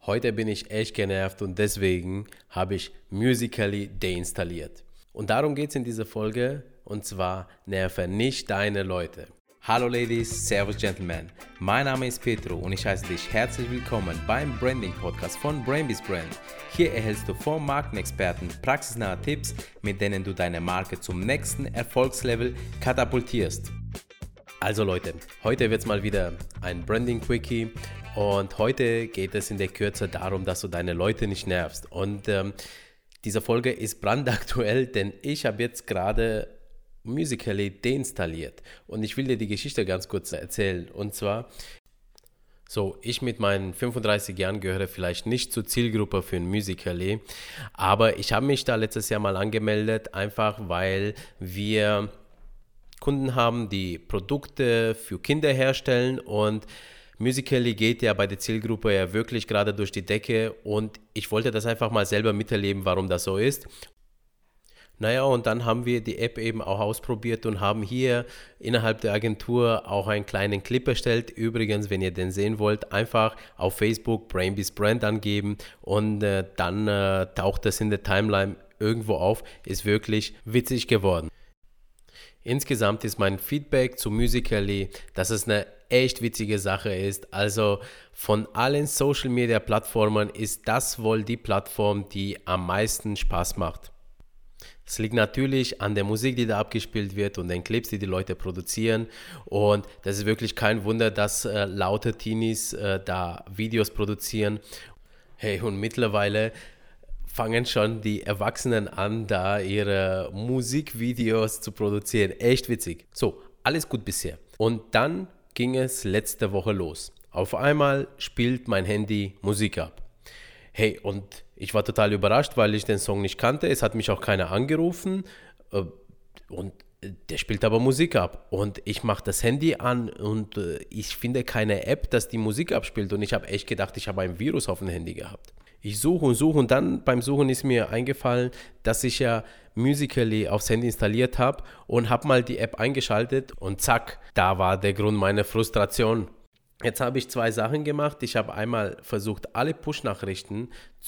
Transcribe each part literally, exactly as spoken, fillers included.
Heute bin ich echt genervt und deswegen habe ich Musical.ly deinstalliert. Und darum geht es in dieser Folge, und zwar nerve nicht deine Leute. Hallo Ladies, Servus Gentlemen, mein Name ist Petro und ich heiße dich herzlich willkommen beim Branding Podcast von Brainbees Brand. Hier erhältst du vom Markenexperten praxisnahe Tipps, mit denen du deine Marke zum nächsten Erfolgslevel katapultierst. Also Leute, heute wird es mal wieder ein Branding Quickie und heute geht es in der Kürze darum, dass du deine Leute nicht nervst. Und ähm, diese Folge ist brandaktuell, denn ich habe jetzt gerade Musical.ly deinstalliert und ich will dir die Geschichte ganz kurz erzählen. Und zwar, so, ich mit meinen fünfunddreißig Jahren gehöre vielleicht nicht zur Zielgruppe für ein Musical.ly, aber ich habe mich da letztes Jahr mal angemeldet, einfach weil wir Kunden haben, die Produkte für Kinder herstellen und Musical.ly geht ja bei der Zielgruppe ja wirklich gerade durch die Decke und ich wollte das einfach mal selber miterleben, warum das so ist. Naja, und dann haben wir die App eben auch ausprobiert und haben hier innerhalb der Agentur auch einen kleinen Clip erstellt. Übrigens, wenn ihr den sehen wollt, einfach auf Facebook Brainbees Brand angeben und äh, dann äh, taucht das in der Timeline irgendwo auf. Ist wirklich witzig geworden. Insgesamt ist mein Feedback zu Musical.ly, dass es eine echt witzige Sache ist. Also von allen Social Media Plattformen ist das wohl die Plattform, die am meisten Spaß macht. Es liegt natürlich an der Musik, die da abgespielt wird und den Clips, die die Leute produzieren. Und das ist wirklich kein Wunder, dass äh, laute Teenies äh, da Videos produzieren. Hey, und mittlerweile fangen schon die Erwachsenen an, da ihre Musikvideos zu produzieren. Echt witzig. So, alles gut bisher. Und dann ging es letzte Woche los. Auf einmal spielt mein Handy Musik ab. Hey, und ich war total überrascht, weil ich den Song nicht kannte. Es hat mich auch keiner angerufen. Und der spielt aber Musik ab. Und ich mache das Handy an und ich finde keine App, dass die Musik abspielt. Und ich habe echt gedacht, ich habe ein Virus auf dem Handy gehabt. Ich suche und suche und dann beim Suchen ist mir eingefallen, dass ich ja Musical.ly aufs Handy installiert habe und habe mal die App eingeschaltet und zack, da war der Grund meiner Frustration. Jetzt habe ich zwei Sachen gemacht. Ich habe einmal versucht, alle Push-Nachrichten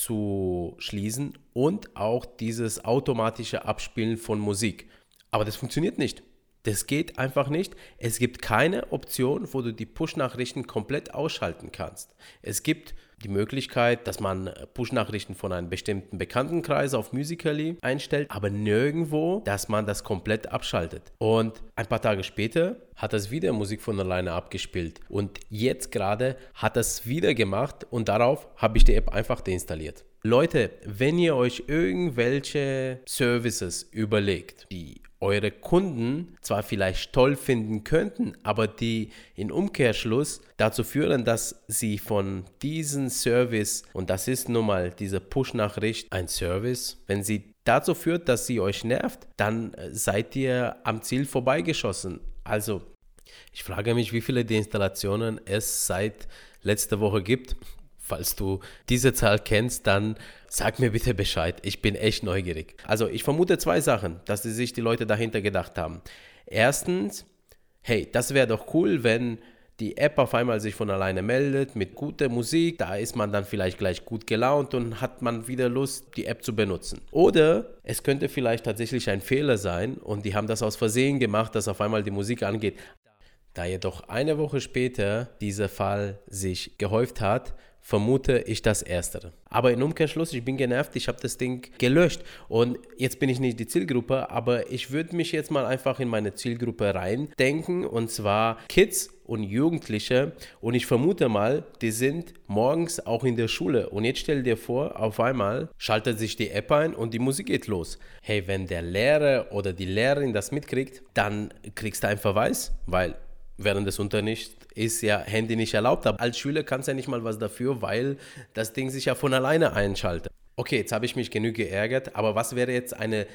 zu schließen und auch dieses automatische Abspielen von Musik. Aber das funktioniert nicht. Das geht einfach nicht. Es gibt keine Option, wo du die Push-Nachrichten komplett ausschalten kannst. Es gibt die Möglichkeit, dass man Push-Nachrichten von einem bestimmten Bekanntenkreis auf Musical.ly einstellt, aber nirgendwo, dass man das komplett abschaltet. Und ein paar Tage später hat das wieder Musik von alleine abgespielt. Und jetzt gerade hat das wieder gemacht und darauf habe ich die App einfach deinstalliert. Leute, wenn ihr euch irgendwelche Services überlegt, die eure Kunden zwar vielleicht toll finden könnten, aber die in Umkehrschluss dazu führen, dass sie von diesem Service, und das ist nun mal diese Push-Nachricht ein Service, wenn sie dazu führt, dass sie euch nervt, dann seid ihr am Ziel vorbeigeschossen. Also, ich frage mich, wie viele Deinstallationen es seit letzter Woche gibt. Falls du diese Zahl kennst, dann sag mir bitte Bescheid. Ich bin echt neugierig. Also ich vermute zwei Sachen, dass die sich die Leute dahinter gedacht haben. Erstens, hey, das wäre doch cool, wenn die App auf einmal sich von alleine meldet mit guter Musik. Da ist man dann vielleicht gleich gut gelaunt und hat man wieder Lust, die App zu benutzen. Oder es könnte vielleicht tatsächlich ein Fehler sein und die haben das aus Versehen gemacht, dass auf einmal die Musik angeht. Da jedoch eine Woche später dieser Fall sich gehäuft hat, vermute ich das Erstere. Aber in Umkehrschluss, ich bin genervt, ich habe das Ding gelöscht und jetzt bin ich nicht die Zielgruppe, aber ich würde mich jetzt mal einfach in meine Zielgruppe reindenken und zwar Kids und Jugendliche und ich vermute mal, die sind morgens auch in der Schule und jetzt stell dir vor, auf einmal schaltet sich die App ein und die Musik geht los. Hey, wenn der Lehrer oder die Lehrerin das mitkriegt, dann kriegst du einen Verweis, weil während des Unterrichts ist ja Handy nicht erlaubt, aber als Schüler kannst du ja nicht mal was dafür, weil das Ding sich ja von alleine einschaltet. Okay, jetzt habe ich mich genug geärgert, aber was wäre jetzt eine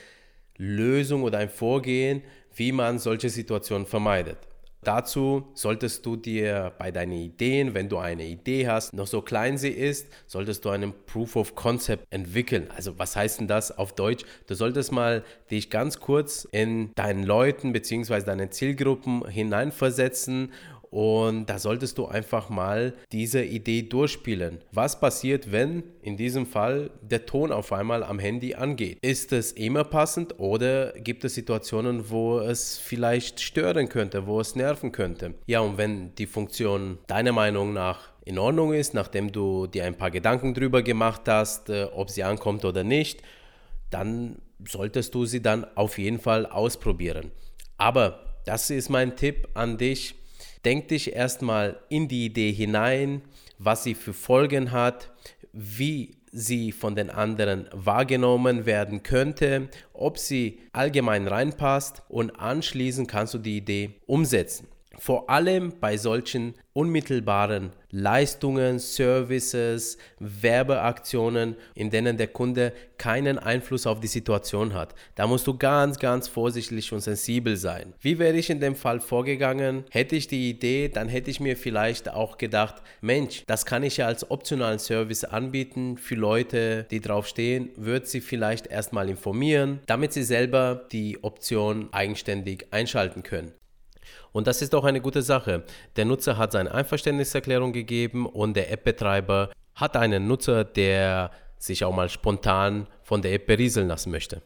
Lösung oder ein Vorgehen, wie man solche Situationen vermeidet? Dazu solltest du dir bei deinen Ideen, wenn du eine Idee hast, noch so klein sie ist, solltest du einen Proof of Concept entwickeln. Also was heißt denn das auf Deutsch? Du solltest mal dich ganz kurz in deinen Leuten bzw. deine Zielgruppen hineinversetzen Und da solltest du einfach mal diese Idee durchspielen. Was passiert, wenn in diesem Fall der Ton auf einmal am Handy angeht? Ist es immer passend oder gibt es Situationen, wo es vielleicht stören könnte, wo es nerven könnte? Ja, und wenn die Funktion deiner Meinung nach in Ordnung ist, nachdem du dir ein paar Gedanken drüber gemacht hast, äh, ob sie ankommt oder nicht, dann solltest du sie dann auf jeden Fall ausprobieren. Aber das ist mein Tipp an dich. Denk dich erstmal in die Idee hinein, was sie für Folgen hat, wie sie von den anderen wahrgenommen werden könnte, ob sie allgemein reinpasst und anschließend kannst du die Idee umsetzen. Vor allem bei solchen unmittelbaren Leistungen, Services, Werbeaktionen, in denen der Kunde keinen Einfluss auf die Situation hat. Da musst du ganz, ganz vorsichtig und sensibel sein. Wie wäre ich in dem Fall vorgegangen? Hätte ich die Idee, dann hätte ich mir vielleicht auch gedacht, Mensch, das kann ich ja als optionalen Service anbieten für Leute, die drauf stehen, würde sie vielleicht erstmal informieren, damit sie selber die Option eigenständig einschalten können. Und das ist auch eine gute Sache. Der Nutzer hat seine Einverständniserklärung gegeben und der App-Betreiber hat einen Nutzer, der sich auch mal spontan von der App berieseln lassen möchte.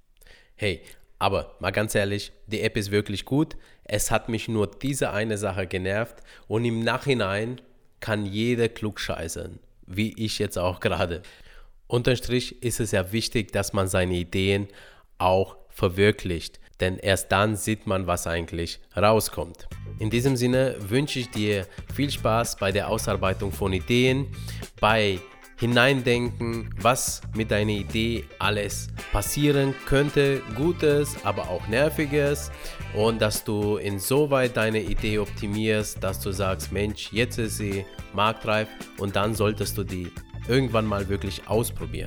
Hey, aber mal ganz ehrlich, die App ist wirklich gut. Es hat mich nur diese eine Sache genervt und im Nachhinein kann jeder klugscheißern, wie ich jetzt auch gerade. Unterm Strich ist es ja wichtig, dass man seine Ideen auch verwirklicht. Denn erst dann sieht man, was eigentlich rauskommt. In diesem Sinne wünsche ich dir viel Spaß bei der Ausarbeitung von Ideen, bei Hineindenken, was mit deiner Idee alles passieren könnte, Gutes, aber auch Nerviges, und dass du insoweit deine Idee optimierst, dass du sagst, Mensch, jetzt ist sie marktreif und dann solltest du die irgendwann mal wirklich ausprobieren.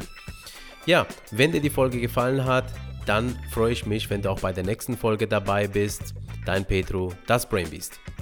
Ja, wenn dir die Folge gefallen hat, dann freue ich mich, wenn du auch bei der nächsten Folge dabei bist. Dein Petro, das Brainbeast.